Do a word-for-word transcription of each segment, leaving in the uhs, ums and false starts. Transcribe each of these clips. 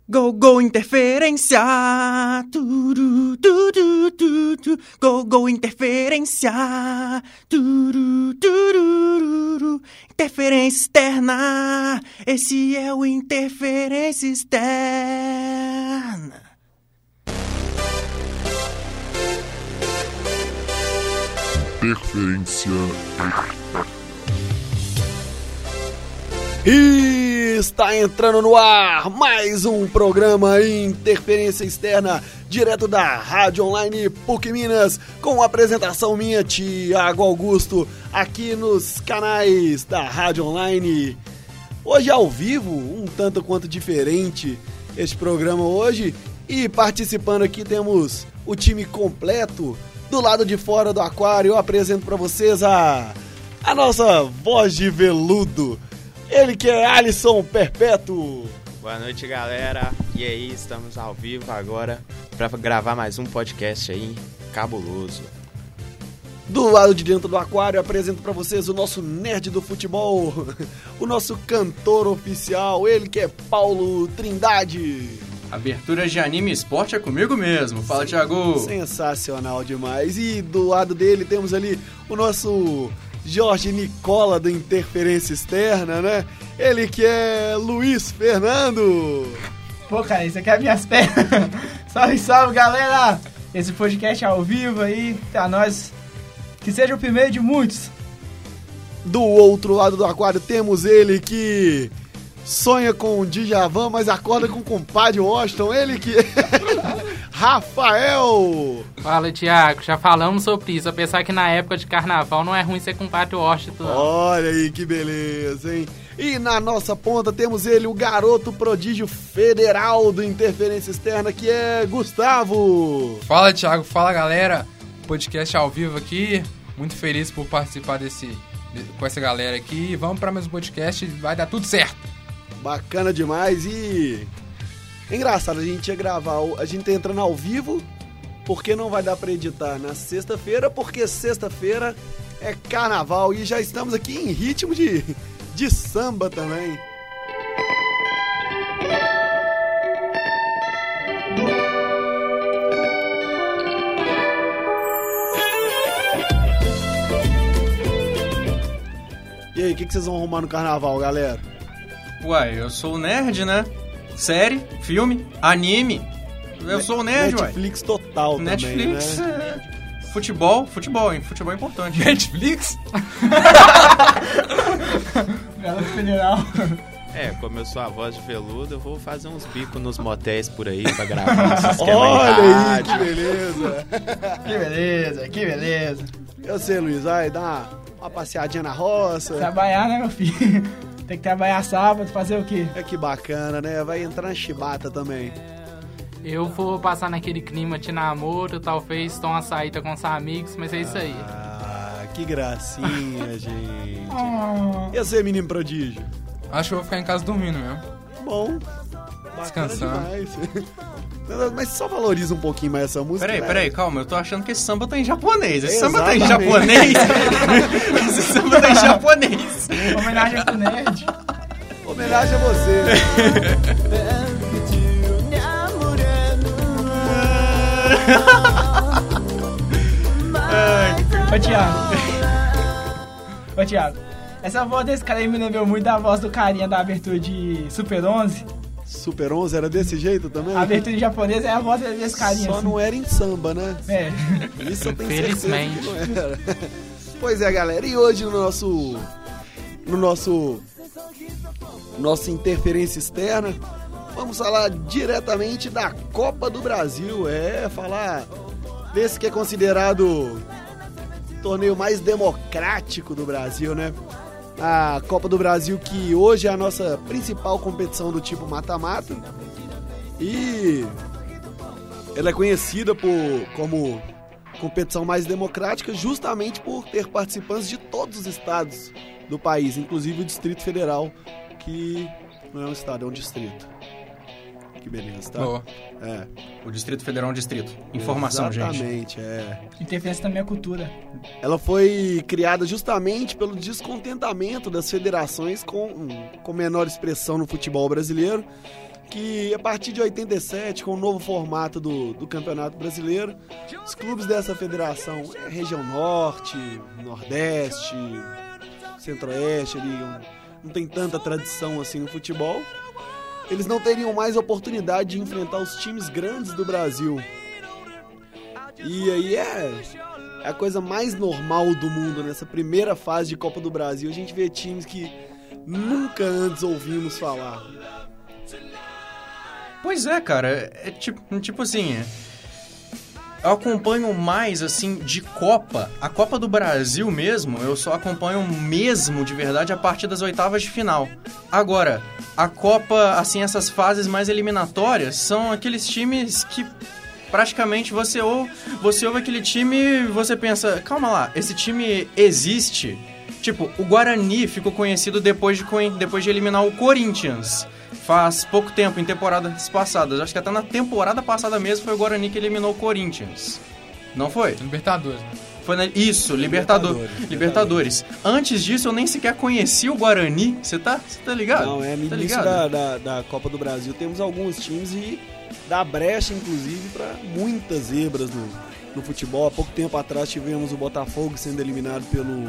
Gol, gol, interferência. Turu, turu, turu, turu. Gol, gol, interferência. Turu, turu, interferência externa. Esse é o interferência externa. Interferência externa. E está entrando no ar mais um programa Interferência Externa, direto da Rádio Online P U C Minas, com a apresentação minha, Tiago Augusto, aqui nos canais da Rádio Online. Hoje ao vivo, um tanto quanto diferente este programa hoje, e participando aqui temos o time completo. Do lado de fora do aquário, eu apresento para vocês a, a nossa voz de veludo. Ele que é Alisson Perpétuo. Boa noite, galera. E aí, estamos ao vivo agora para gravar mais um podcast aí, cabuloso. Do lado de dentro do aquário, eu apresento para vocês o nosso nerd do futebol, o nosso cantor oficial, ele que é Paulo Trindade. Aberturas de anime e esporte é comigo mesmo. Fala, Thiago. Sensacional demais. E do lado dele temos ali o nosso Jorge Nicola do Interferência Externa, né? Ele que é Luiz Fernando. Pô, cara, isso aqui é minhas pernas. Salve, salve, galera. Esse podcast ao vivo aí, pra nós, que seja o primeiro de muitos. Do outro lado do aquário temos ele que sonha com o Djavan, mas acorda com o compadre Washington. Ele que é Rafael. Fala, Thiago. Já falamos sobre isso. Apesar que na época de carnaval não é ruim ser compadre Washington. Olha aí que beleza, hein? E na nossa ponta temos ele, o garoto prodígio federal do Interferência Externa, que é Gustavo. Fala, Thiago. Fala, galera. Podcast ao vivo aqui. Muito feliz por participar desse, com essa galera aqui. Vamos para mais um podcast. Vai dar tudo certo. Bacana demais. E engraçado, a gente ia gravar, a gente tá entrando ao vivo, porque não vai dar pra editar na sexta-feira, porque sexta-feira é carnaval e já estamos aqui em ritmo de, de samba também. E aí, o que, que vocês vão arrumar no carnaval, galera? Uai, eu sou o nerd, né? Série, filme, anime. Eu sou o nerd, uai. Netflix total Netflix, também, né? é... Futebol, futebol, hein? Futebol é importante. Netflix? Garoto federal. É, como eu sou a voz de veludo, eu vou fazer uns bicos nos motéis por aí pra gravar esse esquema. Olha aí, aí, rádio. que beleza. Que beleza, que beleza. Eu sei, Luiz, vai dar uma, uma passeadinha na roça. Trabalhar, né, meu filho? Tem que trabalhar sábado, fazer o quê? É que bacana, né? Vai entrar na chibata também. Eu vou passar naquele clima de namoro, talvez tomar uma saída com os amigos, mas é isso aí. Ah, que gracinha, gente. Oh. E você, menino prodígio? Acho que eu vou ficar em casa dormindo mesmo. Bom, bacana Descansando. demais. Mas só valoriza um pouquinho mais essa música. Peraí, né? peraí, calma. Eu tô achando que esse samba tá em japonês. Esse Exatamente. samba tá em japonês. Esse samba tá em japonês. Homenagem pro nerd. Homenagem a você. Ô, Thiago. Ô, Thiago. Essa voz desse cara aí me lembrou muito da voz do carinha da abertura de Super onze. Super onze era desse jeito também? A abertura em japonês é a voz desse carinha. Só assim. não era em samba, né? É. Isso eu tenho certeza Infelizmente. que não era. Pois é, galera. E hoje no nosso... No nosso... Nossa interferência externa, vamos falar diretamente da Copa do Brasil. É, falar desse que é considerado o torneio mais democrático do Brasil, né? A Copa do Brasil, que hoje é a nossa principal competição do tipo mata-mata. E ela é conhecida por, como competição mais democrática justamente por ter participantes de todos os estados do país, inclusive o Distrito Federal, que não é um estado, é um distrito. Que beleza, tá? Boa. É. O Distrito Federal é um distrito. Informação, Exatamente, gente. Exatamente, é. Interferência também é cultura. Ela foi criada justamente pelo descontentamento das federações com, com menor expressão no futebol brasileiro que a partir de oitenta e sete, com o novo formato do, do Campeonato Brasileiro, os clubes dessa federação, é, região norte, nordeste, centro-oeste, ali, não tem tanta tradição assim no futebol, eles não teriam mais oportunidade de enfrentar os times grandes do Brasil. E aí é, é a coisa mais normal do mundo, nessa primeira fase de Copa do Brasil, a gente vê times que nunca antes ouvimos falar. Pois é, cara, é tipo, tipo assim, eu acompanho mais, assim, de Copa. A Copa do Brasil mesmo, eu só acompanho mesmo, de verdade, a partir das oitavas de final. Agora, a Copa, assim, essas fases mais eliminatórias, são aqueles times que praticamente você ouve, você ouve aquele time e você pensa, calma lá, esse time existe? Tipo, o Guarani ficou conhecido depois de, depois de eliminar o Corinthians. Faz pouco tempo, em temporadas passadas. Acho que até na temporada passada mesmo foi o Guarani que eliminou o Corinthians. Não foi? Libertadores, né? Foi na... Isso, Libertadores. Libertadores. Libertadores. Antes disso, eu nem sequer conheci o Guarani. Você tá, tá ligado? Não, é no tá início ligado? da, da, da Copa do Brasil temos alguns times e dá brecha, inclusive, para muitas zebras no, no futebol. Há pouco tempo atrás tivemos o Botafogo sendo eliminado pelo...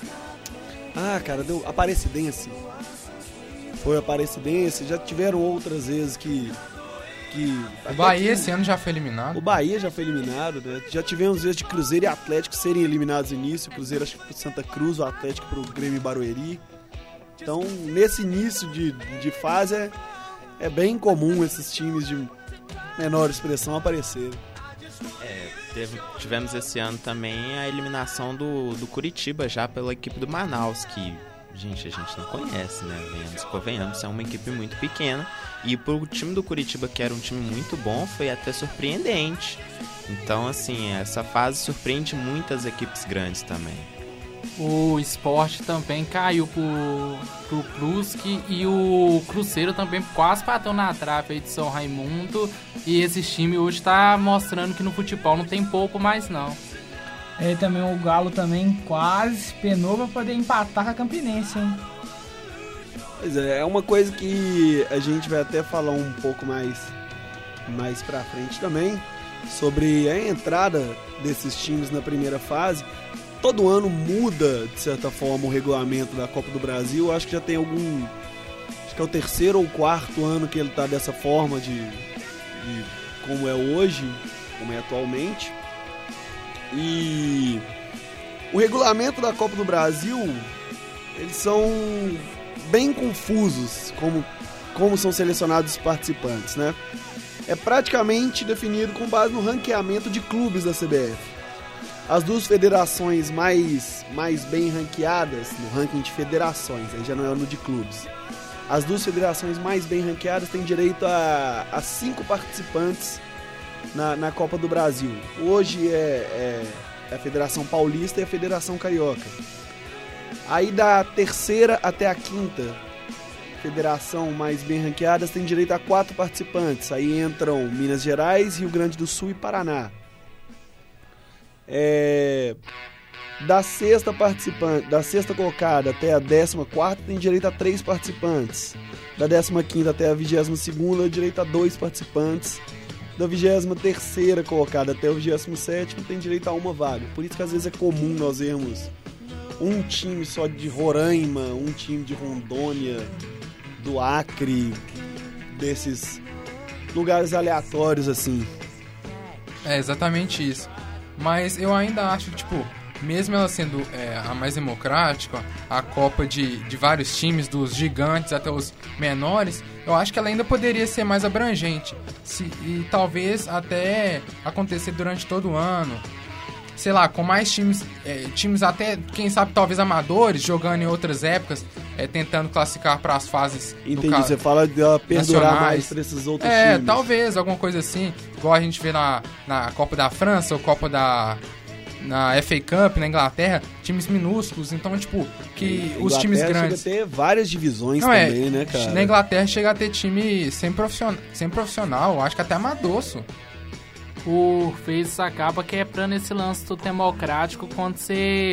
Ah, cara, deu Aparecidense. Foi Aparecidense. Já tiveram outras vezes que... que O Bahia que, esse ano já foi eliminado. O Bahia já foi eliminado, né? Já tivemos vezes de Cruzeiro e Atlético serem eliminados no início. O Cruzeiro acho que pro Santa Cruz, o Atlético pro Grêmio Barueri. Então, nesse início de, de fase, é, é bem comum esses times de menor expressão aparecerem. É, teve, tivemos esse ano também a eliminação do, do Curitiba já pela equipe do Manaus, que, gente, a gente não conhece, né? Venhamos, convenhamos, é uma equipe muito pequena. E pro time do Curitiba, que era um time muito bom, foi até surpreendente. Então, assim, essa fase surpreende muitas equipes grandes também. O Sport também caiu pro, pro Brusque e o Cruzeiro também quase bateu na trave aí de São Raimundo. E esse time hoje tá mostrando que no futebol não tem pouco mais não. E também o Galo também quase penou pra poder empatar com a Campinense, hein? Pois é, é uma coisa que a gente vai até falar um pouco mais, mais pra frente também, sobre a entrada desses times na primeira fase. Todo ano muda, de certa forma, o regulamento da Copa do Brasil. Acho que já tem algum... Acho que é o terceiro ou quarto ano que ele tá dessa forma de, de como é hoje, como é atualmente. E o regulamento da Copa do Brasil, eles são bem confusos, como, como são selecionados os participantes, né? É praticamente definido com base no ranqueamento de clubes da C B F. As duas federações mais, mais bem ranqueadas, no ranking de federações, aí já não é no de clubes. As duas federações mais bem ranqueadas têm direito a, a cinco participantes na, na Copa do Brasil. Hoje é, é a Federação Paulista e a Federação Carioca. Aí da terceira até a quinta federação mais bem ranqueadas tem direito a quatro participantes. Aí entram Minas Gerais, Rio Grande do Sul e Paraná. É, da sexta participante, da sexta colocada até a décima quarta tem direito a três participantes. Da décima quinta até a vigésima segunda, direito a dois participantes. Da vigésima terceira colocada até o vigésimo sétimo tem direito a uma vaga. Por isso que às vezes é comum nós vermos um time só de Roraima, um time de Rondônia, do Acre, desses lugares aleatórios assim. É exatamente isso. Mas eu ainda acho que, tipo, mesmo ela sendo é, a mais democrática, a Copa de, de vários times, dos gigantes até os menores, eu acho que ela ainda poderia ser mais abrangente. Se, e talvez até acontecer durante todo o ano. Sei lá, com mais times, é, times até, quem sabe, talvez amadores, jogando em outras épocas, é, tentando classificar para as fases. Entendi, do você fala de ela perdurar nacionais. mais para esses outros é, times. É, talvez, alguma coisa assim, igual a gente vê na, na Copa da França, ou Copa da... na F A Cup, na Inglaterra, times minúsculos, então, tipo, que os times grandes... chega a ter várias divisões Não, também, é, né, cara? Na Inglaterra chega a ter time sem profissional, sem profissional, acho que até amadoço. O fez acaba quebrando esse lance do democrático quando você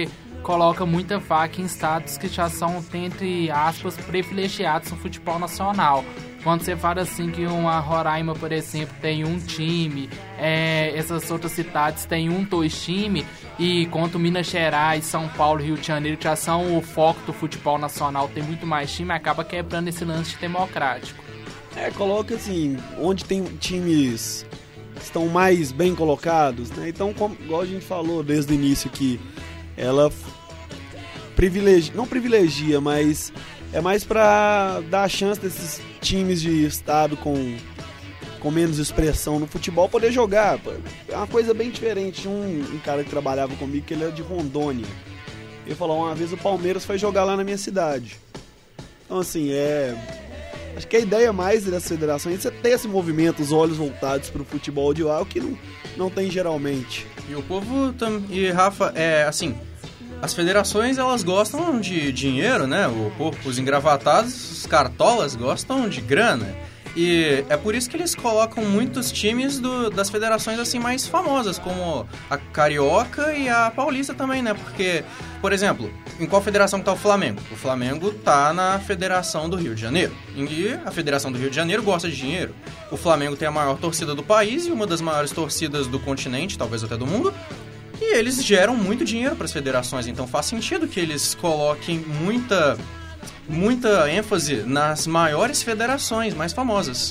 coloca muita vaca em estados que já são, entre aspas, privilegiados no futebol nacional. Quando você fala assim que uma Roraima, por exemplo, tem um time, é, essas outras cidades têm um, dois times, e quanto Minas Gerais, São Paulo, Rio de Janeiro, que já são o foco do futebol nacional, tem muito mais time, acaba quebrando esse lance democrático. É, coloca assim, onde tem times que estão mais bem colocados, né? Então, como, igual a gente falou desde o início que ela privilegia, não privilegia, mas é mais pra dar a chance desses times de estado com, com menos expressão no futebol poder jogar. É uma coisa bem diferente. Tinha um, um cara que trabalhava comigo que ele é de Rondônia. Ele falou, uma vez o Palmeiras foi jogar lá na minha cidade. Então assim, é... Acho que a ideia mais dessa federação é você ter esse movimento, os olhos voltados pro futebol de lá, o que não, não tem geralmente. E o povo... Tam... E Rafa, é assim... As federações, elas gostam de dinheiro, né? O, os engravatados, os cartolas, gostam de grana. E é por isso que eles colocam muitos times do, das federações assim mais famosas, como a Carioca e a Paulista também, né? Porque, por exemplo, em qual federação que tá o Flamengo? O Flamengo tá na Federação do Rio de Janeiro. E a Federação do Rio de Janeiro gosta de dinheiro. O Flamengo tem a maior torcida do país e uma das maiores torcidas do continente, talvez até do mundo. E eles geram muito dinheiro para as federações, então faz sentido que eles coloquem muita, muita ênfase nas maiores federações, mais famosas.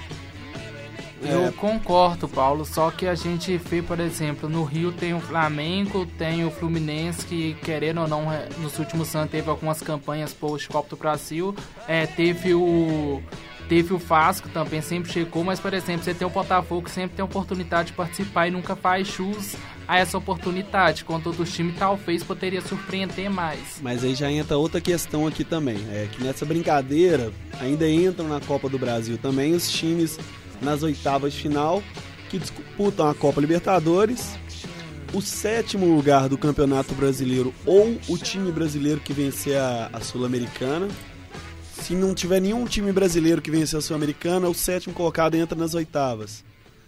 Eu É. concordo, Paulo, só que a gente vê, por exemplo, no Rio tem o Flamengo, tem o Fluminense, que querendo ou não, nos últimos anos teve algumas campanhas post-Copa do Brasil, é, teve o... Teve o Vasco também, sempre chegou, mas, por exemplo, você tem o Botafogo que sempre tem a oportunidade de participar e nunca faz jus a essa oportunidade, quando outros times talvez poderia surpreender mais. Mas aí já entra outra questão aqui também, é que nessa brincadeira ainda entram na Copa do Brasil também os times nas oitavas de final que disputam a Copa Libertadores, o sétimo lugar do Campeonato Brasileiro ou o time brasileiro que vencer a, a Sul-Americana. Se não tiver nenhum time brasileiro que vencer a Sul-Americana, o sétimo colocado entra nas oitavas.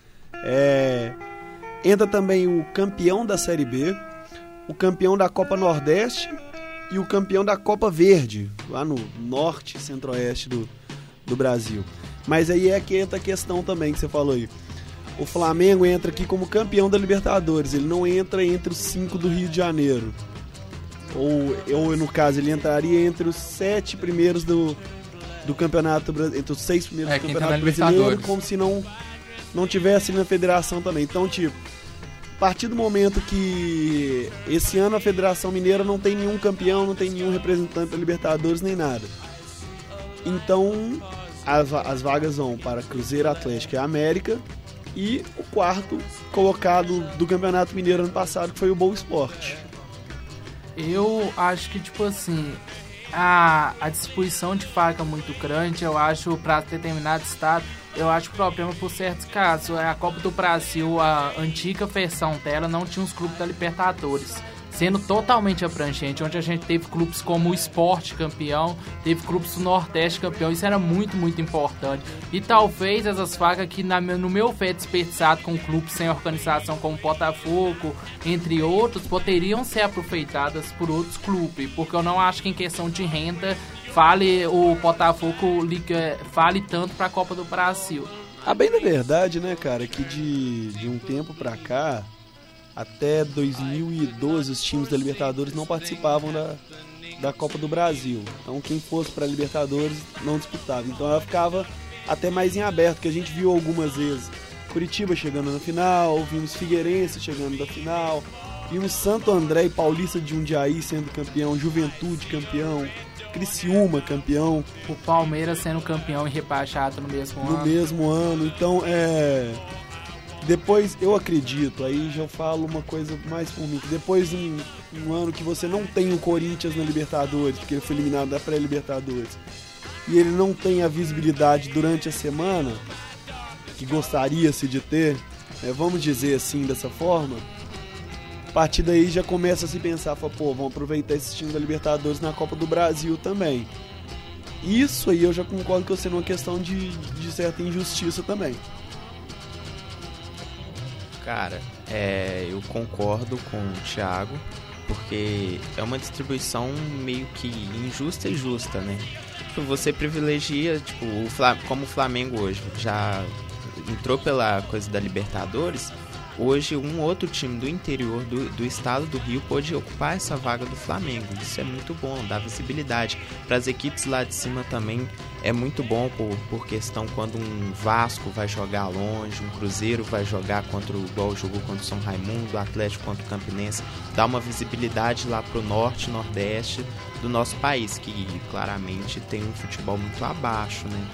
É, entra também o campeão da Série B, o campeão da Copa Nordeste e o campeão da Copa Verde, lá no norte, centro-oeste do, do Brasil. Mas aí é que entra a questão também que você falou aí. O Flamengo entra aqui como campeão da Libertadores, ele não entra entre os cinco do Rio de Janeiro. Ou, ou no caso, ele entraria entre os sete primeiros do, do campeonato, entre os seis primeiros É, do quem tá campeonato na brasileiro, Libertadores. como se não, não tivesse na federação também. Então, tipo, a partir do momento que esse ano a Federação Mineira não tem nenhum campeão, não tem nenhum representante da Libertadores, nem nada. Então, as, as vagas vão para Cruzeiro, Atlético e América, e o quarto colocado do Campeonato Mineiro ano passado, que foi o Boa Esporte. Eu acho que, tipo assim, a, a distribuição de vaga muito grande, eu acho, para determinado estado, eu acho problema por certos casos. A Copa do Brasil, a antiga versão dela, não tinha os clubes da Libertadores, sendo totalmente abrangente, onde a gente teve clubes como o Sport campeão, teve clubes do Nordeste campeão, isso era muito, muito importante. E talvez essas vagas que, na, no meu ver, desperdiçado com clubes sem organização como Botafogo, entre outros, poderiam ser aproveitadas por outros clubes, porque eu não acho que em questão de renda fale o Botafogo liga, fale tanto para a Copa do Brasil. A bem da verdade, né, cara, que de, de um tempo pra cá, até dois mil e doze, os times da Libertadores não participavam da, da Copa do Brasil. Então, quem fosse pra Libertadores não disputava. Então, ela ficava até mais em aberto, que a gente viu algumas vezes. Curitiba chegando na final, vimos Figueirense chegando na final, vimos Santo André e Paulista de Jundiaí sendo campeão, Juventude campeão, Criciúma campeão. O Palmeiras sendo campeão e rebaixado no mesmo no ano. mesmo ano. Então, é... Depois, eu acredito, aí já falo uma coisa mais por mim, que depois de um, um ano que você não tem o Corinthians na Libertadores, porque ele foi eliminado da pré-Libertadores, e ele não tem a visibilidade durante a semana que gostaria-se de ter, né, vamos dizer assim, dessa forma, a partir daí já começa a se pensar, fala, pô, vamos aproveitar esse time da Libertadores na Copa do Brasil também. Isso aí eu já concordo que seria uma questão de, de certa injustiça também. Cara, é, eu concordo com o Thiago. porque é uma distribuição meio que injusta e justa, né? Tipo, você privilegia, tipo, o Flam- como o Flamengo hoje já entrou pela coisa da Libertadores, hoje um outro time do interior do, do estado do Rio pode ocupar essa vaga do Flamengo. Isso é muito bom, dá visibilidade. Para as equipes lá de cima também é muito bom por, por questão quando um Vasco vai jogar longe, um Cruzeiro vai jogar contra o igual jogou contra o São Raimundo, o Atlético contra o Campinense, dá uma visibilidade lá pro norte, nordeste do nosso país, que claramente tem um futebol muito abaixo, né?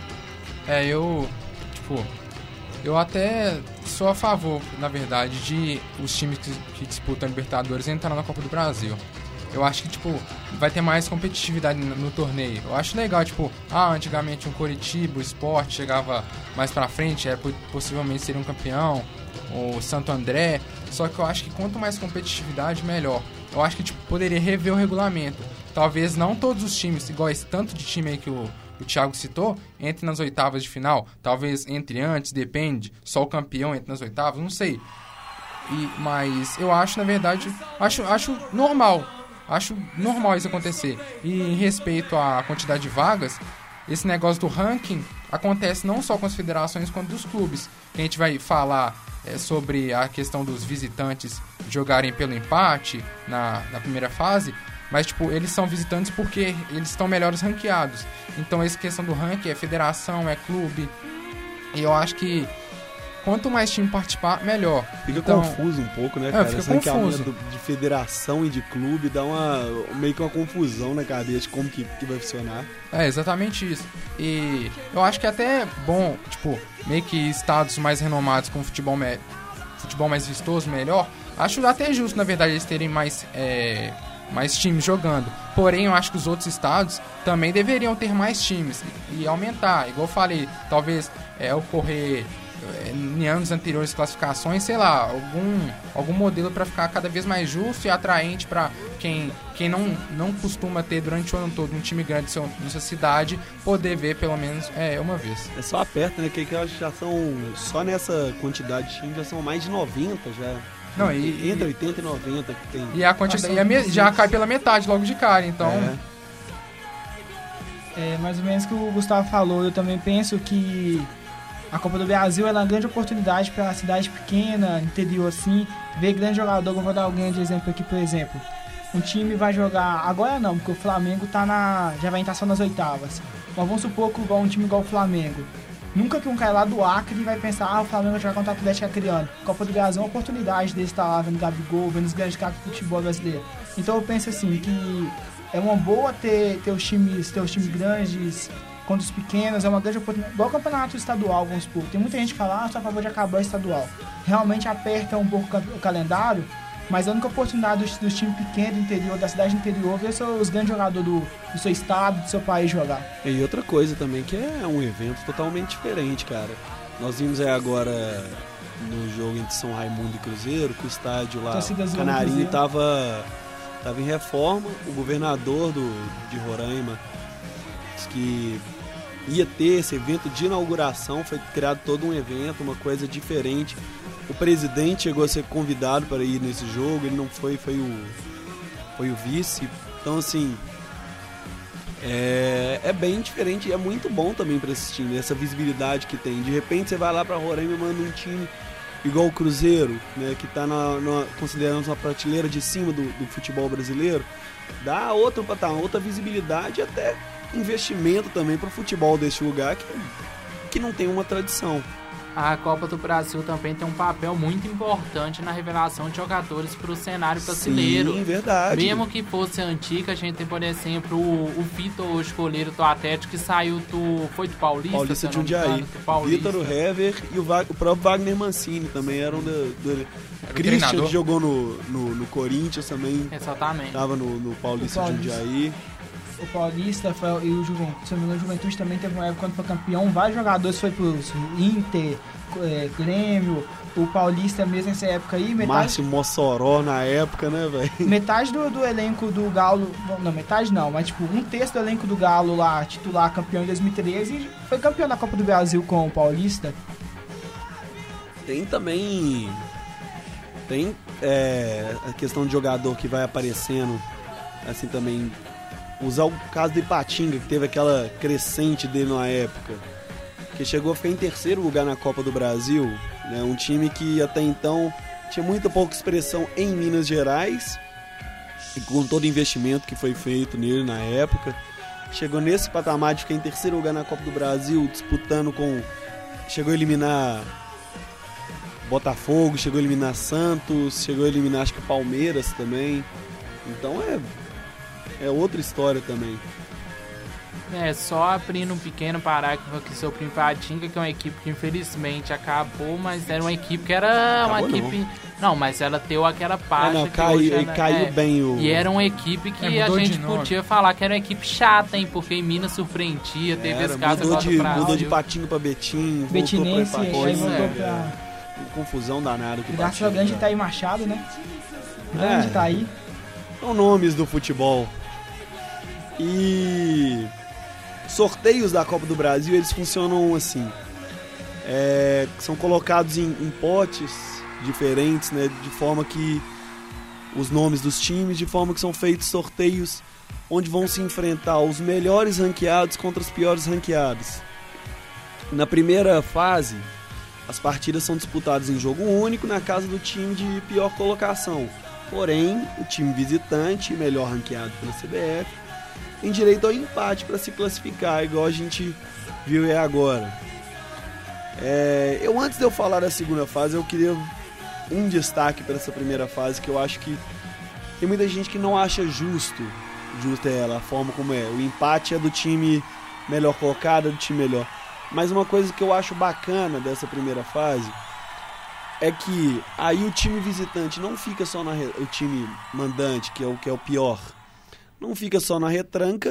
É, eu, tipo, eu até sou a favor, na verdade, de os times que, que disputam a Libertadores entrar na Copa do Brasil. Eu acho que, tipo, vai ter mais competitividade no, no torneio. Eu acho legal, tipo, ah, antigamente um Coritiba, o Sport chegava mais pra frente, é, possivelmente seria um campeão, o Santo André. Só que eu acho que quanto mais competitividade, melhor. Eu acho que, tipo, poderia rever o regulamento. Talvez não todos os times, igual esse tanto de time aí que o, o Thiago citou, entre nas oitavas de final. Talvez entre antes, depende. Só o campeão entre nas oitavas, não sei. E, mas eu acho, na verdade, acho, acho normal. Acho normal isso acontecer. E em respeito à quantidade de vagas, esse negócio do ranking acontece não só com as federações quanto dos clubes. Que a gente vai falar é, sobre a questão dos visitantes jogarem pelo empate na, na primeira fase. Mas, tipo, eles são visitantes porque eles estão melhores ranqueados. Então, essa questão do ranking é federação, é clube. E eu acho que quanto mais time participar, melhor. Fica então, confuso um pouco, né, é, cara? fica Essa ranqueamento confuso. de federação e de clube dá uma meio que uma confusão na cabeça de como que, que vai funcionar. É, exatamente isso. E eu acho que é até bom, tipo, meio que estados mais renomados com futebol, me... futebol mais vistoso, melhor. Acho até justo, na verdade, eles terem mais, é... mais times jogando. Porém, eu acho que os outros estados também deveriam ter mais times e, e aumentar. Igual eu falei, talvez é, ocorrer é, em anos anteriores classificações, sei lá, algum, algum modelo para ficar cada vez mais justo e atraente para quem, quem não, não costuma ter durante o ano todo um time grande na sua cidade, poder ver pelo menos é, uma vez. É só aperta, né? Que, que eu acho que já são, só nessa quantidade de times, já são mais de noventa já. Não, e, Entre e, oitenta e noventa que tem. e a quantidade e a me, já cai pela metade logo de cara, então... É. É mais ou menos o que o Gustavo falou. Eu também penso que a Copa do Brasil é uma grande oportunidade para a cidade pequena, interior assim, ver grande jogador. Eu vou dar alguém de exemplo aqui, por exemplo. Um time vai jogar, agora não, porque o Flamengo tá na, já vai entrar só nas oitavas. Mas vamos supor que um time igual o Flamengo. Nunca que um cara lá do Acre vai pensar, ah, o Flamengo vai jogar contra o Atlético Acreano. Copa do Brasil é uma oportunidade dele estar lá vendo Gabigol, vendo os grandes caras do futebol brasileiro. Então eu penso assim, que é uma boa ter, ter, os, times, ter os times grandes contra os pequenos, é uma grande oportunidade. Igual o campeonato estadual, vamos supor. Tem muita gente que fala, ah, sou a favor de acabar o estadual. Realmente aperta um pouco o calendário, mas a única oportunidade dos, dos times pequenos do interior, da cidade do interior, ver os grandes jogadores do, do seu estado, do seu país jogar. E outra coisa também, que é um evento totalmente diferente, cara. Nós vimos aí agora no jogo entre São Raimundo e Cruzeiro, que o estádio lá, o Canarinho, tava, tava em reforma. O governador do, de Roraima disse que ia ter esse evento de inauguração, foi criado todo um evento, uma coisa diferente. O presidente chegou a ser convidado para ir nesse jogo, ele não foi, foi o, foi o vice. Então, assim, é, é bem diferente e é muito bom também para esse time, essa visibilidade que tem. De repente, você vai lá para Roraima e manda um time igual o Cruzeiro, né, que está considerando uma prateleira de cima do, do futebol brasileiro, dá outro patamar, outra visibilidade e até investimento também para o futebol desse lugar que, que não tem uma tradição. A Copa do Brasil também tem um papel muito importante na revelação de jogadores para o cenário brasileiro. Sim, verdade. Mesmo que fosse antiga, a gente tem, por exemplo, o, o Vitor, hoje goleiro do Atlético, que saiu do... Foi do Paulista? Paulista de Jundiaí. Vitor, o Hever e o, o próprio Wagner Mancini também eram do... do o Christian, que jogou no, no, no Corinthians também. Exatamente. Estava no, no Paulista de Jundiaí. O Paulista foi, e o Juventude, o Juventude também teve uma época quando foi campeão, vários jogadores foi pro Inter, é, Grêmio, o Paulista mesmo nessa época aí. Metade, Márcio Mossoró na época, né, velho? Metade do, do elenco do Galo, não, metade não, mas tipo, um terço do elenco do Galo lá, titular, campeão em dois mil e treze, foi campeão da Copa do Brasil com o Paulista. Tem também Tem é, a questão de jogador que vai aparecendo, assim também. Usar o caso do Ipatinga, que teve aquela crescente dele na época, que chegou a ficar em terceiro lugar na Copa do Brasil, né? Um time que até então tinha muita pouca expressão em Minas Gerais, e com todo o investimento que foi feito nele na época, chegou nesse patamar de ficar em terceiro lugar na Copa do Brasil, disputando com... Chegou a eliminar Botafogo, chegou a eliminar Santos, chegou a eliminar acho que Palmeiras também. Então é, é outra história também. É, só abrindo um pequeno parágrafo aqui sobre o Ipatinga, que é uma equipe que infelizmente acabou, mas era uma equipe que era Acabou, uma equipe... Não, mas ela teve aquela parte Ah, não, que cai- hoje e ela- caiu é, bem o- E era uma equipe que É, a mudou gente de nome. podia falar que era uma equipe chata, hein? Porque em Minas surpreendia, teve Era, esse caso mudou, agora de, do Brasil. mudou de Patinga pra Betim, Betinense, voltou pra aí Ipatinga. voltou é. pra... Que confusão danada que Graças ao grande Itaí Machado, né? Grande É. Itaí. São nomes do futebol. E sorteios da Copa do Brasil, eles funcionam assim. É, são colocados em, em potes diferentes, né? De forma que os nomes dos times, de forma que são feitos sorteios onde vão se enfrentar os melhores ranqueados contra os piores ranqueados. Na primeira fase, as partidas são disputadas em jogo único na casa do time de pior colocação. Porém, o time visitante, melhor ranqueado pela C B F, tem direito ao empate para se classificar, igual a gente viu aí agora. É, eu, antes de eu falar da segunda fase, eu queria um destaque para essa primeira fase, que eu acho que tem muita gente que não acha justo, justo é ela, a forma como é. O empate é do time melhor colocado, é do time melhor. Mas uma coisa que eu acho bacana dessa primeira fase é que aí o time visitante não fica só na re... o time mandante, que é o que é o pior, não fica só na retranca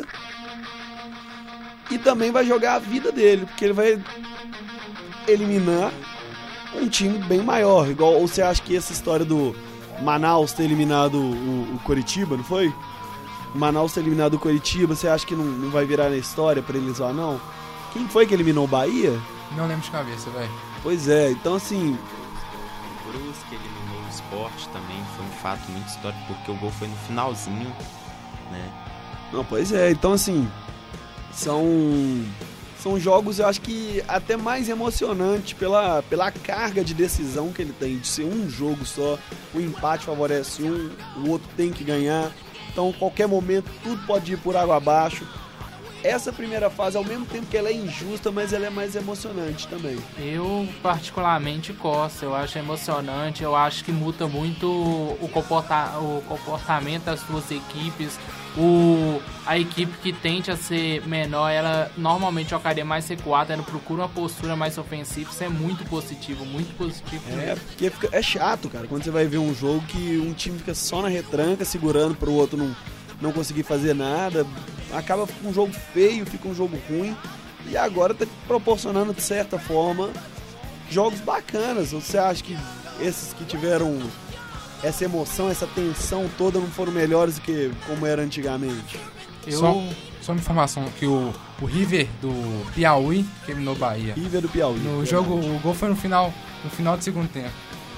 e também vai jogar a vida dele, porque ele vai eliminar um time bem maior. Igual, ou você acha que essa história do Manaus ter eliminado o, o Coritiba, não foi? O Manaus ter eliminado o Coritiba, você acha que não, não vai virar na história pra eles lá, não? Quem foi que eliminou o Bahia? Não lembro de cabeça, velho. Pois é, então assim, O Brusque eliminou o Sport também, foi um fato muito histórico, porque o gol foi no finalzinho, né? não, pois é, então assim, são são jogos, eu acho que até mais emocionante pela, pela carga de decisão que ele tem, de ser um jogo só, o empate favorece um, o outro tem que ganhar, então qualquer momento tudo pode ir por água abaixo. Essa primeira fase, ao mesmo tempo que ela é injusta, mas ela é mais emocionante também. Eu particularmente gosto, eu acho emocionante, eu acho que muda muito o, comporta o comportamento das duas equipes. O, a equipe que tende a ser menor, ela normalmente jogaria mais recuada, ela procura uma postura mais ofensiva, isso é muito positivo, muito positivo. É, porque fica, é chato, cara, quando você vai ver um jogo que um time fica só na retranca, segurando pro outro não, não conseguir fazer nada, acaba com um jogo feio, fica um jogo ruim, e agora tá proporcionando, de certa forma, jogos bacanas. Você acha que esses que tiveram essa emoção, essa tensão toda não foram melhores do que como era antigamente? Eu, Só, só uma informação, que o, o River do Piauí que eliminou o Bahia. River do Piauí. No verdade. jogo, o gol foi no final, no final do segundo tempo.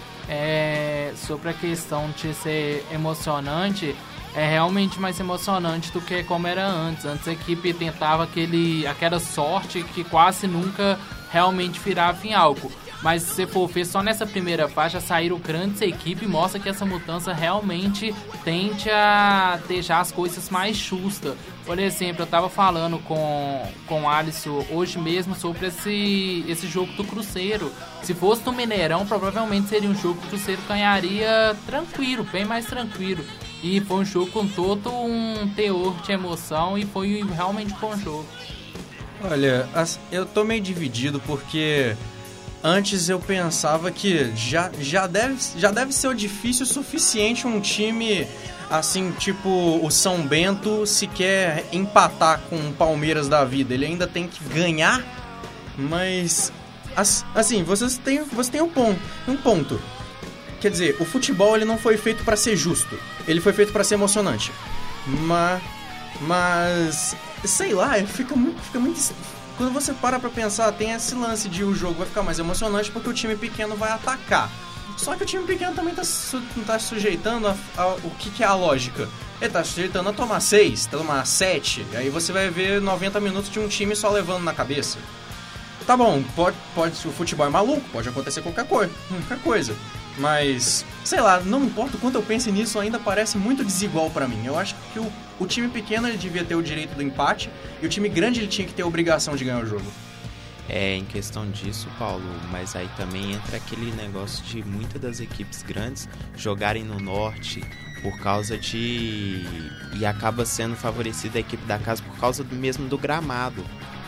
é, sobre a questão de ser emocionante, é realmente mais emocionante do que como era antes. Antes a equipe tentava aquele, aquela sorte que quase nunca realmente virava em algo. Mas se você for ver só nessa primeira faixa, saíram grandes equipes, mostra que essa mudança realmente tende a deixar as coisas mais justas. Por exemplo, eu estava falando com, com o Alisson hoje mesmo sobre esse, esse jogo do Cruzeiro. Se fosse no Mineirão, provavelmente seria um jogo que o Cruzeiro ganharia tranquilo, bem mais tranquilo. E foi um jogo com todo um teor de emoção e foi realmente um bom jogo. Olha, as- eu tô meio dividido porque antes eu pensava que já, já, deve, já deve ser difícil o suficiente um time assim, tipo o São Bento, se quer empatar com o Palmeiras da vida. Ele ainda tem que ganhar, mas as- assim, vocês têm, você tem um ponto, um ponto. Quer dizer, o futebol ele não foi feito pra ser justo, ele foi feito pra ser emocionante. Mas, mas sei lá, fica muito, fica muito. Quando você para pra pensar, tem esse lance de o jogo vai ficar mais emocionante porque o time pequeno vai atacar. Só que o time pequeno também tá, su tá sujeitando a, a, o que, que é a lógica. Ele tá sujeitando a tomar seis, tomar sete, aí você vai ver noventa minutos de um time só levando na cabeça. Tá bom, pode, pode, o futebol é maluco, pode acontecer qualquer coisa, qualquer coisa. Mas, sei lá, não importa o quanto eu pense nisso, ainda parece muito desigual pra mim. Eu acho que o, o time pequeno ele devia ter o direito do empate e o time grande ele tinha que ter a obrigação de ganhar o jogo. É, em questão disso, Paulo, mas aí também entra aquele negócio de muitas das equipes grandes jogarem no norte por causa de... e acaba sendo favorecida a equipe da casa por causa do mesmo do gramado.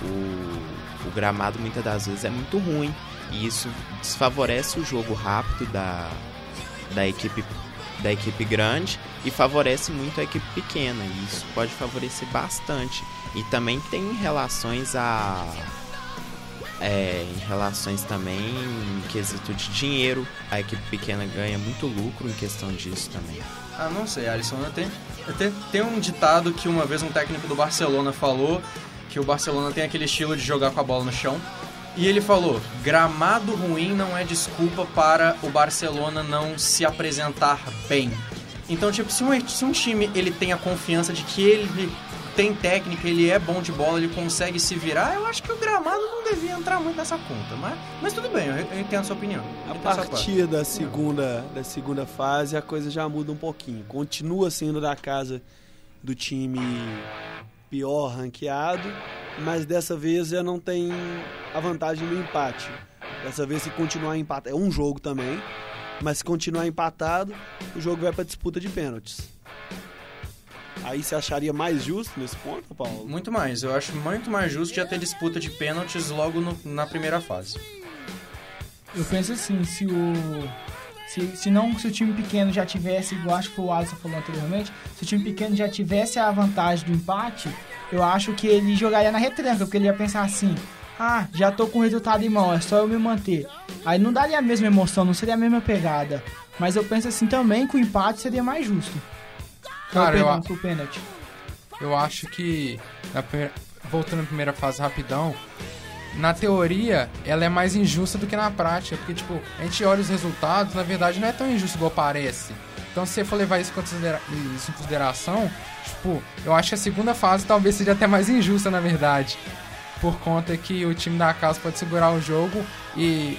O, o gramado muitas das vezes é muito ruim e isso desfavorece o jogo rápido da, da, equipe, da equipe grande e favorece muito a equipe pequena, e isso pode favorecer bastante. E também tem relações a... É, em relações também em quesito de dinheiro, a equipe pequena ganha muito lucro em questão disso também. Ah, não sei, Alisson, tem, tem, tem um ditado que uma vez um técnico do Barcelona falou, que o Barcelona tem aquele estilo de jogar com a bola no chão, e ele falou, gramado ruim não é desculpa para o Barcelona não se apresentar bem. Então, tipo, se um, se um time ele tem a confiança de que ele tem técnica, ele é bom de bola, ele consegue se virar, eu acho que o gramado não devia entrar muito nessa conta, mas, mas tudo bem, eu, eu entendo a sua opinião. A partir da segunda, da segunda fase a coisa já muda um pouquinho, continua sendo da casa do time pior ranqueado, mas dessa vez já não tem a vantagem do empate. Dessa vez se continuar empatado, é um jogo também, mas se continuar empatado, o jogo vai para disputa de pênaltis. Aí você acharia mais justo nesse ponto, Paulo? Muito mais. Eu acho muito mais justo já ter disputa de pênaltis logo no, na primeira fase. Eu penso assim, se o... Se, se não, se o time pequeno já tivesse, igual acho que foi o Alisson falou anteriormente, se o time pequeno já tivesse a vantagem do empate, eu acho que ele jogaria na retranca, porque ele ia pensar assim, ah, já tô com o resultado em mão, é só eu me manter. Aí não daria a mesma emoção, não seria a mesma pegada. Mas eu penso assim também que o empate seria mais justo. Cara, eu, a... pênalti. eu acho que, na primeira... voltando à primeira fase rapidão, na teoria, ela é mais injusta do que na prática, porque, tipo, a gente olha os resultados, na verdade não é tão injusto igual parece. Então, se você for levar isso em, considera... isso em consideração, tipo, eu acho que a segunda fase talvez seja até mais injusta, na verdade, por conta que o time da casa pode segurar o jogo e,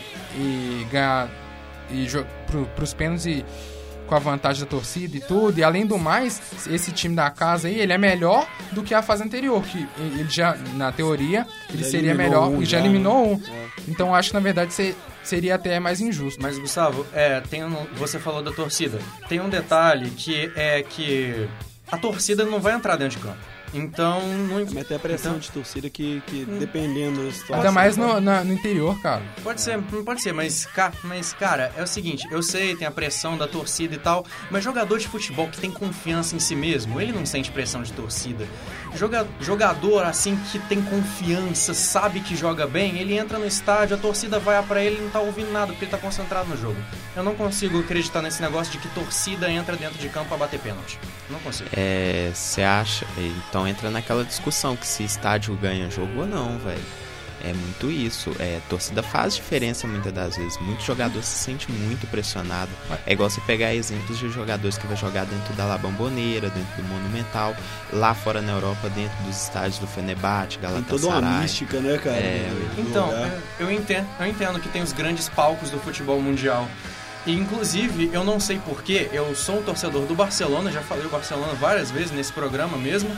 e ganhar e jo... pro... pros pênaltis e... com a vantagem da torcida e tudo, e além do mais, esse time da casa aí, ele é melhor do que a fase anterior, que ele já, na teoria, ele já seria melhor, um, e já, já eliminou um. É. Então, acho que, na verdade, seria até mais injusto. Mas, Gustavo, é, tem um, você falou da torcida, tem um detalhe que é que a torcida não vai entrar dentro de campo. Então, não... Mas tem a pressão então... de torcida que, que hum. dependendo da situação... Ainda mais no, na, no interior, cara. Pode ser, pode ser, mas, mas, cara, é o seguinte, eu sei, tem a pressão da torcida e tal, mas jogador de futebol que tem confiança em si mesmo, ele não sente pressão de torcida. Joga, jogador, assim, que tem confiança, sabe que joga bem, ele entra no estádio, a torcida vai pra ele e não tá ouvindo nada, porque ele tá concentrado no jogo. Eu não consigo acreditar nesse negócio de que torcida entra dentro de campo pra bater pênalti. Não consigo. É, você acha... Então entra naquela discussão que se estádio ganha jogo ou não, velho. É muito isso. É, torcida faz diferença muitas das vezes. Muitos jogadores se sentem muito pressionados. É igual você pegar exemplos de jogadores que vai jogar dentro da La Bombonera, dentro do Monumental, lá fora na Europa, dentro dos estádios do Fenerbahçe, Galatasaray. Tem toda uma mística, né, cara? É, então, eu entendo, eu entendo que tem os grandes palcos do futebol mundial. E, inclusive, eu não sei porquê, eu sou um torcedor do Barcelona, já falei o Barcelona várias vezes nesse programa mesmo,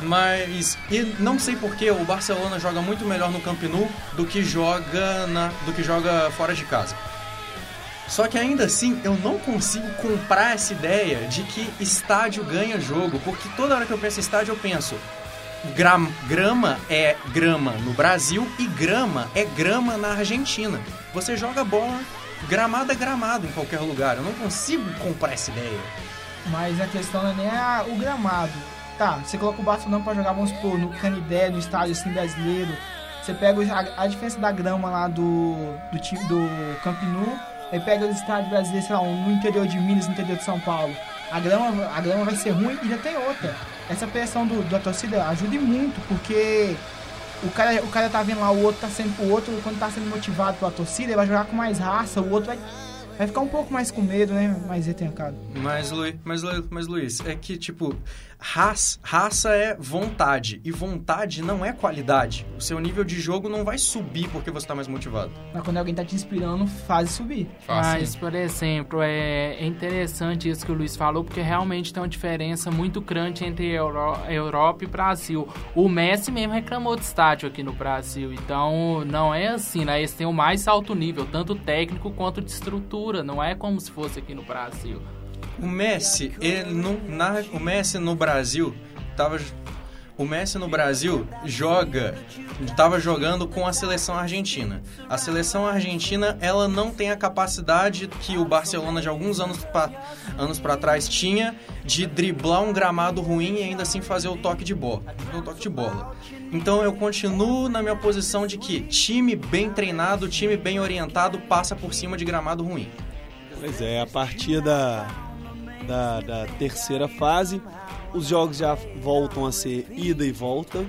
mas e não sei porquê o Barcelona joga muito melhor no Camp Nou do que joga, na, do que joga fora de casa. Só que ainda assim, eu não consigo comprar essa ideia de que estádio ganha jogo, porque toda hora que eu penso em estádio, eu penso... Gram, grama é grama no Brasil e grama é grama na Argentina. Você joga bola... Gramado é gramado em qualquer lugar. Eu não consigo comprar essa ideia. Mas a questão não é nem a, o gramado. Tá, você coloca o Barcelona pra jogar, vamos supor, no Canidé, no estádio assim brasileiro. Você pega a, a diferença da grama lá do, do time do Camp Nou, aí pega o estádio brasileiro, sei lá, no interior de Minas, no interior de São Paulo. A grama, a grama vai ser ruim e já tem outra. Essa pressão do, da torcida ajuda muito, porque... O cara, o cara tá vendo lá, o outro tá sendo. O outro, quando tá sendo motivado pela torcida, ele vai jogar com mais raça, o outro vai vai ficar um pouco mais com medo, né? Mais retencado. Mas, Lu, mas, Lu, mas Luiz, é que, tipo, raça, raça é vontade. E vontade não é qualidade. O seu nível de jogo não vai subir porque você tá mais motivado. Mas quando alguém tá te inspirando, faz subir. Mas, por exemplo, é interessante isso que o Luiz falou, porque realmente tem uma diferença muito grande entre Euro- Europa e Brasil. O Messi mesmo reclamou de estádio aqui no Brasil. Então, não é assim, né? Eles têm o mais alto nível, tanto técnico quanto de estrutura. Não é como se fosse aqui no Brasil. O Messi, ele no, na, o Messi no Brasil tava, o Messi no Brasil joga, tava jogando com a seleção argentina. A seleção argentina, ela não tem a capacidade que o Barcelona de alguns anos para anos para trás tinha de driblar um gramado ruim e ainda assim fazer o toque de bola, o toque de bola. Então eu continuo na minha posição de que time bem treinado, time bem orientado passa por cima de gramado ruim. Pois é, a partir da, da, da terceira fase, os jogos já voltam a ser ida e volta.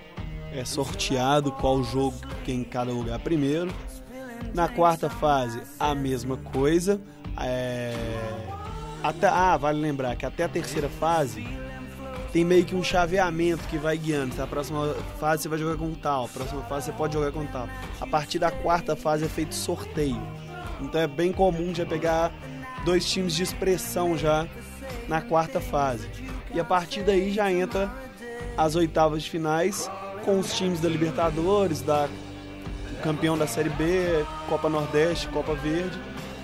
É sorteado qual jogo tem em cada lugar primeiro. Na quarta fase, a mesma coisa. É, até, ah, vale lembrar que até a terceira fase tem meio que um chaveamento que vai guiando. Na próxima fase você vai jogar com tal, a próxima fase você pode jogar com tal. A partir da quarta fase é feito sorteio. Então é bem comum já pegar dois times de expressão já na quarta fase. E a partir daí já entra as oitavas de finais com os times da Libertadores, da campeão da Série B, Copa Nordeste, Copa Verde.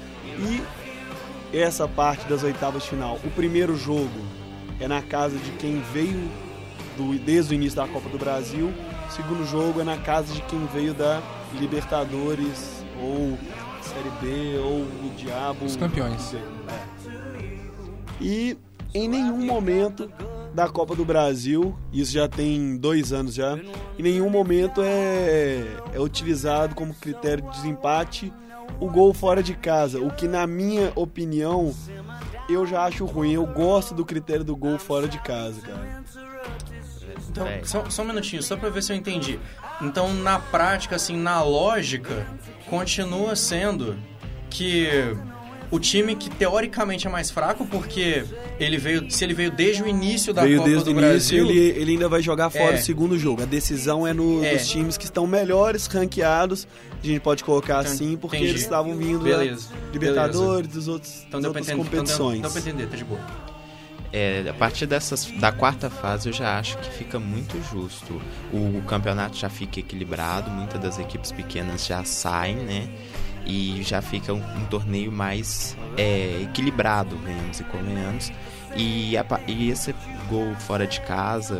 E essa parte das oitavas de final, o primeiro jogo é na casa de quem veio do, desde o início da Copa do Brasil. O segundo jogo é na casa de quem veio da Libertadores ou Série B ou o Diabo. Os campeões. É. E em nenhum momento da Copa do Brasil, isso já tem dois anos já, em nenhum momento é, é utilizado como critério de desempate o gol fora de casa, o que na minha opinião eu já acho ruim. Eu gosto do critério do gol fora de casa, cara. Então, só, só um minutinho, só pra ver se eu entendi. Então, na prática, assim, na lógica, continua sendo que o time que teoricamente é mais fraco, porque ele veio, se ele veio desde o início da veio Copa desde do o início, Brasil... Ele, ele ainda vai jogar fora é. o segundo jogo. A decisão é, no, É. nos times que estão melhores ranqueados. A gente pode colocar Então, assim, porque entendi. eles estavam vindo Beleza, da Libertadores, dos outros, Então das deu pra outras entender, então competições. deu, deu pra entender, tá de boa. É, a partir dessas, da quarta fase eu já acho que fica muito justo. O, o campeonato já fica equilibrado, muitas das equipes pequenas já saem, né? E já fica um, um torneio mais é, equilibrado, venhamos e convenhamos. E, a, e esse gol fora de casa,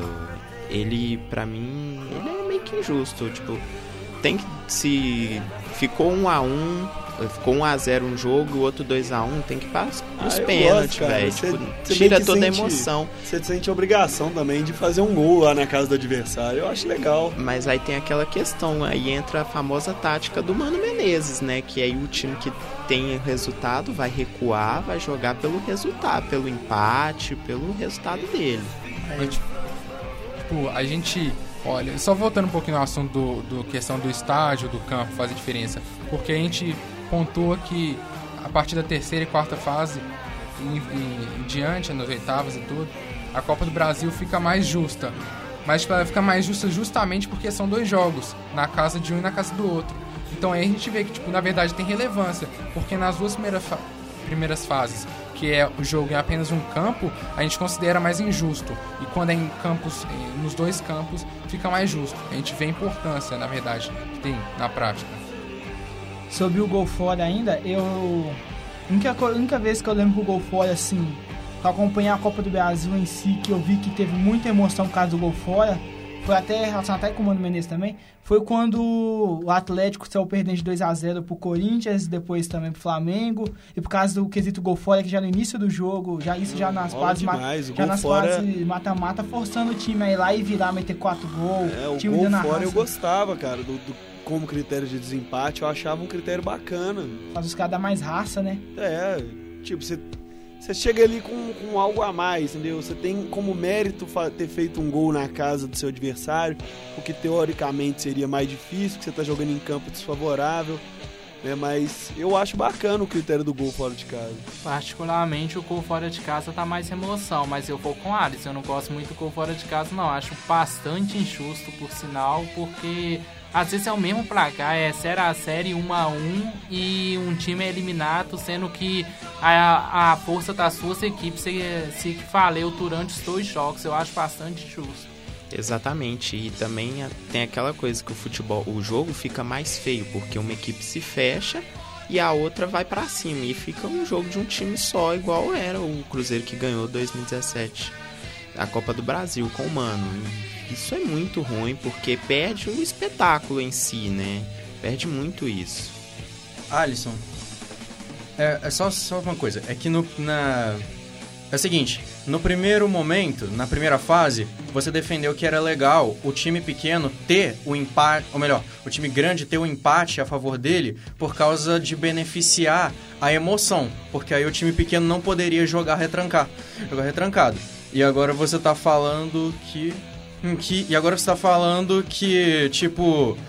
ele, pra mim, ele é meio que injusto. Tipo, tem que se... Ficou um a um... Ficou um a zero um jogo, o outro dois a um, tem que ir para os Ah, pênaltis, gosto, velho. Cê- Tipo, cê tira meio que toda a sente- emoção. Você sente a obrigação também de fazer um gol lá na casa do adversário. Eu acho legal. Mas aí tem aquela questão, aí entra a famosa tática do Mano Menezes, né? Que aí o time que tem resultado vai recuar, vai jogar pelo resultado, pelo empate, pelo resultado dele. Mas, tipo, a gente... Olha, só voltando um pouquinho no assunto do, do questão do estádio, do campo, fazer diferença. Porque a gente pontua que a partir da terceira e quarta fase, em, em, em diante, nas oitavas e tudo, a Copa do Brasil fica mais justa. Mas tipo, ela fica mais justa justamente porque são dois jogos, na casa de um e na casa do outro. Então aí a gente vê que, tipo, na verdade tem relevância, porque nas duas primeiras, fa- primeiras fases, que é o jogo em apenas um campo, a gente considera mais injusto. E quando é em campos, eh, nos dois campos, fica mais justo. A gente vê a importância, na verdade, que tem na prática. Sobre o gol fora ainda, eu... A única, co- única vez que eu lembro que o gol fora, assim, pra acompanhar a Copa do Brasil em si, que eu vi que teve muita emoção por causa do gol fora, foi até relacionado até com o Mano Menezes também, foi quando o Atlético saiu perdendo de dois a zero pro Corinthians, depois também pro Flamengo, e por causa do quesito gol fora, que já no início do jogo, já isso já nas rola fases ma- demais, o já gol nas fora- fases mata-mata, forçando o time a ir lá e virar, meter quatro gols. É, o time gol dando a fora eu raça. gostava, cara, do, do- como critério de desempate. Eu achava um critério bacana. Faz os caras dar mais raça, né? É, tipo, você... Você chega ali com, com algo a mais, entendeu? Você tem como mérito fa- ter feito um gol na casa do seu adversário, o que teoricamente seria mais difícil, porque você tá jogando em campo desfavorável. né? Mas eu acho bacana o critério do gol fora de casa. Particularmente o gol fora de casa tá mais emoção, mas eu vou com o Alisson, eu não gosto muito do gol fora de casa não, acho bastante injusto por sinal, porque às vezes é o mesmo placar, é zero a zero e um a um e um time é eliminado, sendo que a, a força das suas equipes se, se valeu durante os dois jogos, eu acho bastante justo. Exatamente, e também tem aquela coisa que o futebol, o jogo fica mais feio, porque uma equipe se fecha e a outra vai pra cima, e fica um jogo de um time só, igual era o Cruzeiro que ganhou dois mil e dezessete, a Copa do Brasil com o Mano. Isso é muito ruim, porque perde o espetáculo em si, né? Perde muito isso. Alisson, é, é só, só uma coisa, é que no, na... É o seguinte, no primeiro momento, na primeira fase, você defendeu que era legal o time pequeno ter o empate, ou melhor, o time grande ter o empate a favor dele por causa de beneficiar a emoção, porque aí o time pequeno não poderia jogar retrancar, jogar retrancado. E agora você tá falando que, que e agora você tá falando que tipo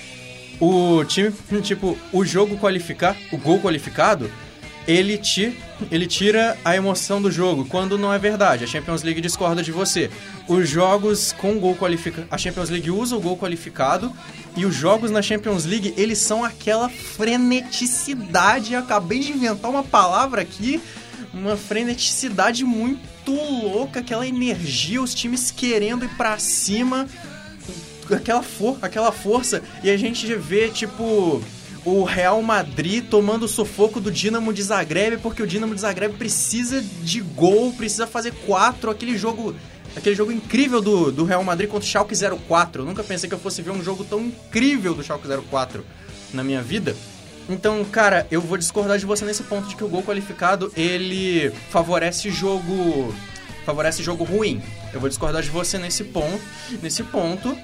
o time, tipo, o jogo qualificar, o gol qualificado, ele, te, ele tira a emoção do jogo, quando não é verdade. A Champions League discorda de você. Os jogos com gol qualificado... A Champions League usa o gol qualificado e os jogos na Champions League, eles são aquela freneticidade. Eu acabei de inventar uma palavra aqui. Uma freneticidade muito louca, aquela energia, os times querendo ir pra cima, aquela, for, aquela força. E a gente vê, tipo... o Real Madrid tomando o sufoco do Dinamo de Zagreb, porque o Dinamo de Zagreb precisa de gol, precisa fazer quatro, aquele jogo, aquele jogo incrível do, do Real Madrid contra o Schalke zero quatro. Eu nunca pensei que eu fosse ver um jogo tão incrível do Schalke zero quatro na minha vida. Então, cara, eu vou discordar de você nesse ponto de que o gol qualificado, ele favorece jogo, favorece jogo ruim. Eu vou discordar de você nesse ponto, nesse ponto.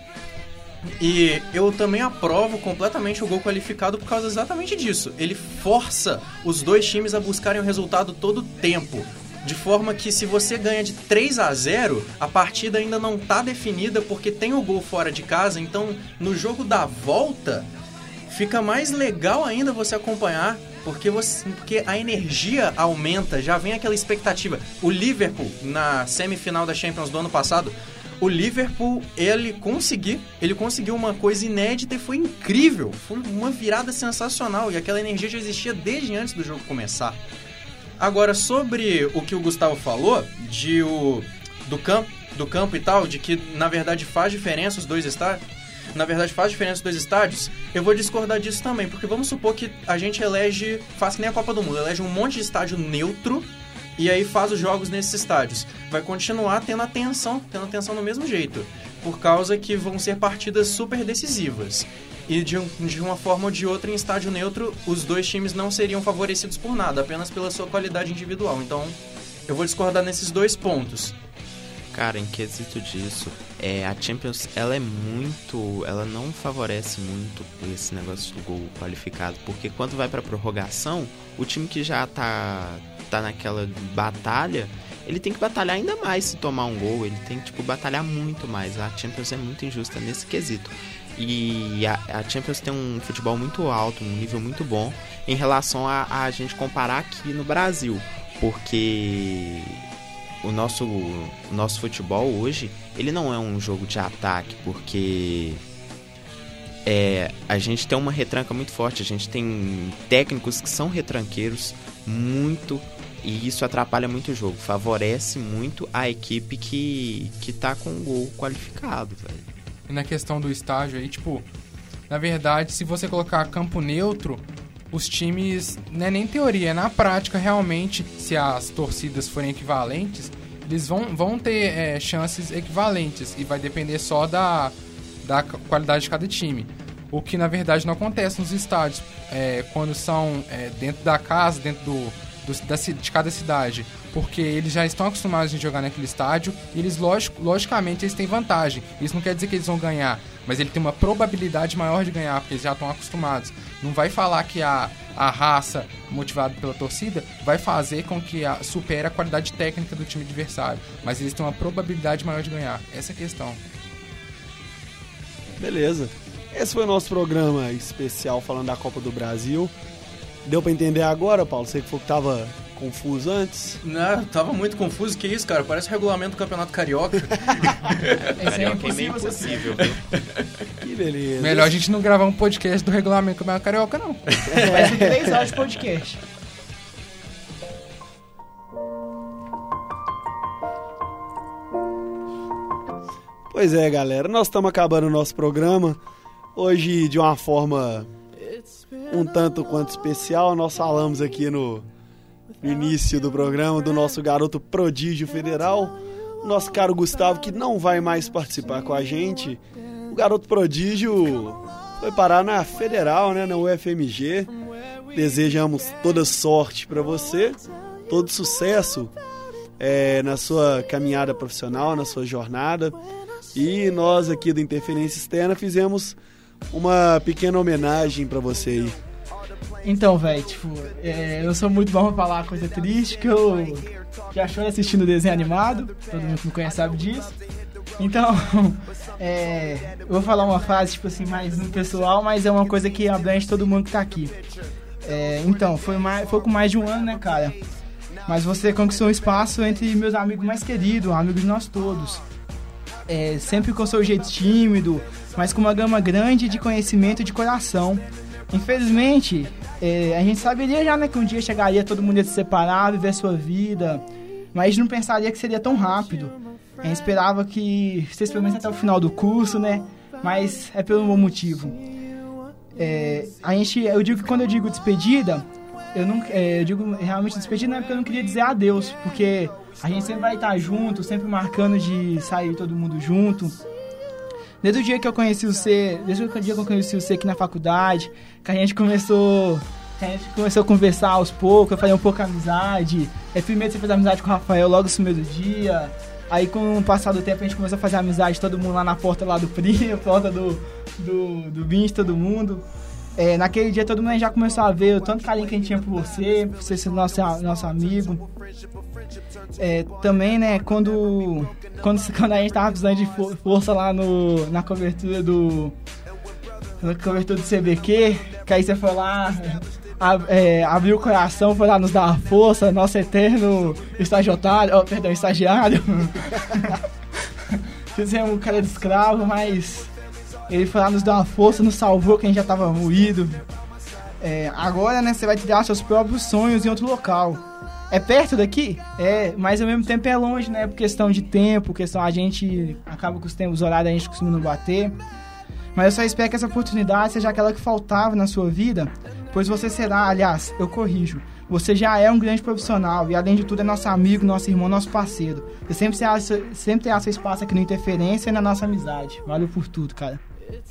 E eu também aprovo completamente o gol qualificado por causa exatamente disso. Ele força os dois times a buscarem o resultado todo o tempo. De forma que se você ganha de três a zero, a partida ainda não está definida porque tem o gol fora de casa. Então, no jogo da volta, fica mais legal ainda você acompanhar, porque, você, porque a energia aumenta, já vem aquela expectativa. O Liverpool, na semifinal da Champions do ano passado... O Liverpool, ele conseguiu, ele conseguiu uma coisa inédita e foi incrível. Foi uma virada sensacional e aquela energia já existia desde antes do jogo começar. Agora, sobre o que o Gustavo falou, de o, do, campo, do campo e tal, de que na verdade faz diferença os dois estádios, na verdade faz diferença os dois estádios, eu vou discordar disso também, porque vamos supor que a gente elege, faz que nem a Copa do Mundo, elege um monte de estádio neutro, e aí faz os jogos nesses estádios. Vai continuar tendo atenção, tendo atenção do mesmo jeito. Por causa que vão ser partidas super decisivas. E de, um, de uma forma ou de outra, em estádio neutro, os dois times não seriam favorecidos por nada, apenas pela sua qualidade individual. Então, eu vou discordar nesses dois pontos. Cara, em quesito disso, é, a Champions, ela é muito... Ela não favorece muito esse negócio do gol qualificado, porque quando vai pra prorrogação, o time que já tá... tá naquela batalha, ele tem que batalhar ainda mais se tomar um gol, ele tem que, tipo, batalhar muito mais. A Champions é muito injusta nesse quesito. E a, a Champions tem um futebol muito alto, um nível muito bom, em relação a, a gente comparar aqui no Brasil, porque o nosso, o nosso futebol hoje, ele não é um jogo de ataque, porque... É, a gente tem uma retranca muito forte, a gente tem técnicos que são retranqueiros muito, e isso atrapalha muito o jogo, favorece muito a equipe que, que tá com o gol qualificado, velho. E na questão do estádio aí, tipo, na verdade, se você colocar campo neutro, os times, não é nem teoria, é na prática realmente, se as torcidas forem equivalentes, eles vão, vão ter é, chances equivalentes, e vai depender só da... da qualidade de cada time. O que, na verdade, não acontece nos estádios. É, quando são é, dentro da casa, dentro do, do, da, de cada cidade. Porque eles já estão acostumados a jogar naquele estádio e eles, lógico, logicamente, eles têm vantagem. Isso não quer dizer que eles vão ganhar, mas ele tem uma probabilidade maior de ganhar, porque eles já estão acostumados. Não vai falar que a, a raça, motivada pela torcida, vai fazer com que a, supere a qualidade técnica do time adversário. Mas eles têm uma probabilidade maior de ganhar. Essa é a questão. Beleza. esse foi o nosso programa especial falando da Copa do Brasil. Deu pra entender agora, Paulo? Você que falou que tava confuso antes? Não, tava muito confuso. Que isso, cara? Parece o regulamento do Campeonato Carioca. Esse é Carioca é meio impossível. impossível, viu? Que beleza. Melhor a gente não gravar um podcast do regulamento do Campeonato Carioca, não. Vai ser três horas de podcast. Pois é, galera, nós estamos acabando o nosso programa. Hoje, de uma forma um tanto quanto especial, nós falamos aqui no, no início do programa do nosso garoto prodígio federal, o nosso caro Gustavo, que não vai mais participar com a gente. O garoto prodígio foi parar na Federal, né, na U F M G. Desejamos toda sorte para você, todo sucesso é, na sua caminhada profissional, na sua jornada. E nós aqui do Interferência Externa fizemos uma pequena homenagem pra você aí. Então, velho, tipo, é, eu sou muito bom pra falar coisa triste, que eu já choro assistindo desenho animado, todo mundo que me conhece sabe disso. Então, é, eu vou falar uma frase, tipo assim, mais no pessoal, mas é uma coisa que abrange todo mundo que tá aqui. É, então, foi, mais, foi com mais de um ano, né, cara? Mas você conquistou um espaço entre meus amigos mais queridos, amigos de nós todos. É, sempre com o seu jeito tímido, mas com uma gama grande de conhecimento e de coração. Infelizmente, é, a gente saberia já, né, que um dia chegaria, todo mundo ia se separar, viver a sua vida, mas a gente não pensaria que seria tão rápido. A gente esperava que vocês pelo menos até o final do curso, né, mas é pelo bom motivo. É, a gente, eu digo que quando eu digo despedida, eu, não, é, eu digo realmente despedida não é porque eu não queria dizer adeus, porque a gente sempre vai estar junto, sempre marcando de sair todo mundo junto. Desde o dia que eu conheci o C, desde o dia que eu conheci o C aqui na faculdade, que a gente começou, que a gente começou a conversar aos poucos, eu falei um pouco amizade. É, primeiro você fez amizade com o Rafael logo no primeiro dia. Aí com o passar do tempo a gente começou a fazer amizade, todo mundo lá na porta lá do Pri, porta do, do, do Vinci, todo mundo. É, naquele dia todo mundo já começou a ver o tanto carinho que a gente tinha por você, por você ser nosso, nosso amigo. É, também, né, quando, quando, quando a gente tava precisando de for, força lá no, na cobertura do na cobertura do C B Q, que aí você foi lá, a, é, abriu o coração, foi lá nos dar força, nosso eterno estagiário, oh, perdão, estagiário. Fizemos um cara de escravo, mas ele foi lá nos dar uma força, nos salvou, que a gente já tava moído. É, agora, né, você vai tirar seus próprios sonhos em outro local. É perto daqui? É, mas ao mesmo tempo é longe, né? Por questão de tempo, questão a gente acaba com os tempos, os horários a gente costuma não bater. Mas eu só espero que essa oportunidade seja aquela que faltava na sua vida, pois você será, aliás, eu corrijo, você já é um grande profissional e além de tudo é nosso amigo, nosso irmão, nosso parceiro. Você sempre terá, sempre terá seu espaço aqui no Interferência e na nossa amizade. Valeu por tudo, cara.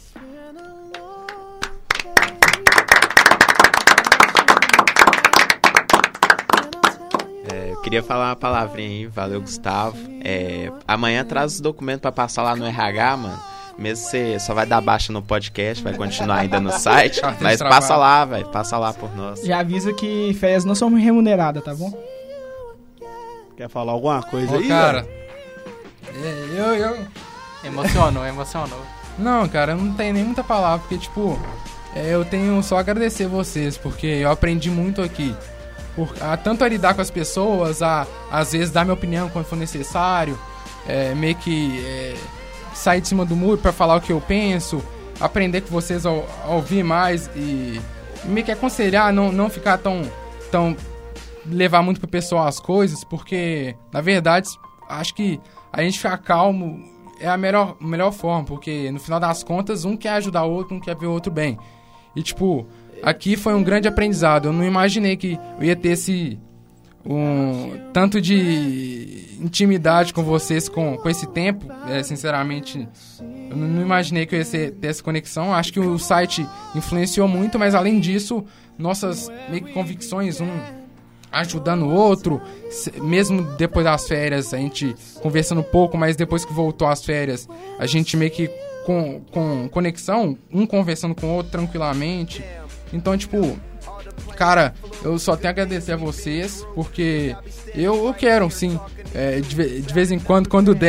É, eu queria falar uma palavrinha aí, valeu, Gustavo. É, amanhã traz os documentos pra passar lá no R H, mano. Mesmo você só vai dar baixa no podcast, vai continuar ainda no site, mas passa lá, velho, passa lá por nós. Já aviso que férias não são remuneradas, tá bom? Quer falar alguma coisa Ô, aí? cara, é, eu, eu... Emocionou, emocionou. Não, cara, não tem nem muita palavra, porque, tipo, é, eu tenho só a agradecer vocês, porque eu aprendi muito aqui. Por, a, tanto a lidar com as pessoas, a às vezes dar minha opinião quando for necessário, é, meio que é, sair de cima do muro pra falar o que eu penso, aprender com vocês a, a ouvir mais e meio que aconselhar, não, não ficar tão, tão... levar muito pro pessoal as coisas, porque, na verdade, acho que a gente ficar calmo é a melhor, melhor forma, porque no final das contas, um quer ajudar o outro, um quer ver o outro bem. E, tipo, aqui foi um grande aprendizado. Eu não imaginei que eu ia ter esse... Um, tanto de intimidade com vocês com, com esse tempo. É, sinceramente, eu não, não imaginei que eu ia ser, ter essa conexão. Acho que o site influenciou muito, mas além disso, nossas meio que convicções, um ajudando o outro, mesmo depois das férias, a gente conversando um pouco, mas depois que voltou às férias, a gente meio que com, com conexão, um conversando com o outro tranquilamente. Então, tipo, cara, eu só tenho a agradecer a vocês, porque eu, eu quero, sim, é, de, de vez em quando, quando der,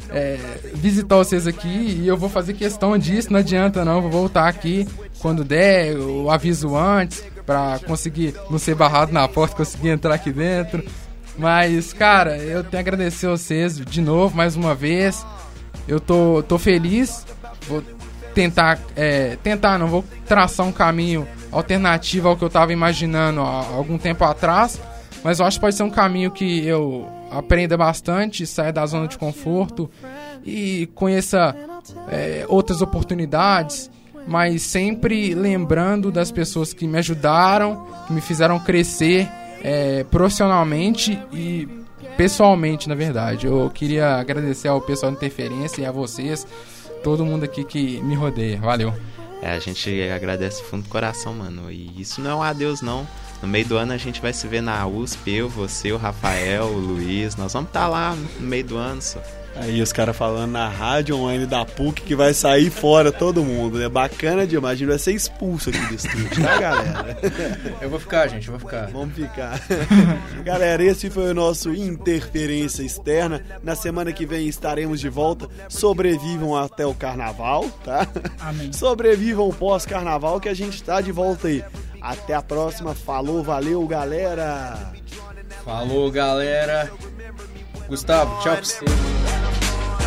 é, visitar vocês aqui e eu vou fazer questão disso, não adianta não, vou voltar aqui quando der, eu aviso antes pra conseguir não ser barrado na porta, conseguir entrar aqui dentro. Mas, cara, eu tenho que agradecer vocês de novo, mais uma vez. Eu tô, tô feliz, vou tentar, é, tentar não, vou traçar um caminho alternativo ao que eu tava imaginando há algum tempo atrás, mas eu acho que pode ser um caminho que eu aprenda bastante, saia da zona de conforto e conheça é, outras oportunidades, mas sempre lembrando das pessoas que me ajudaram, que me fizeram crescer é, profissionalmente e pessoalmente, na verdade. Eu queria agradecer ao pessoal da Interferência e a vocês, todo mundo aqui que me rodeia. Valeu. É, a gente agradece fundo do coração, mano. E isso não é um adeus, não. No meio do ano a gente vai se ver na U S P, eu, você, o Rafael, o Luiz. Nós vamos estar lá no meio do ano, só. Aí os caras falando na rádio online da P U C que vai sair fora todo mundo, né? Bacana demais, a gente vai ser expulso aqui do estúdio, tá, galera? Eu vou ficar, gente, eu vou ficar. Vamos ficar. Galera, esse foi o nosso Interferência Externa. Na semana que vem estaremos de volta. Sobrevivam até o carnaval, tá? Amém. Sobrevivam pós-carnaval que a gente tá de volta aí. Até a próxima. Falou, valeu, galera. Falou, galera. Gustavo, tchau pra você.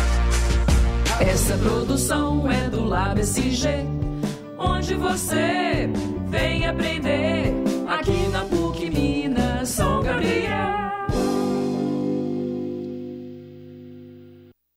Essa produção é do Lab S G, onde você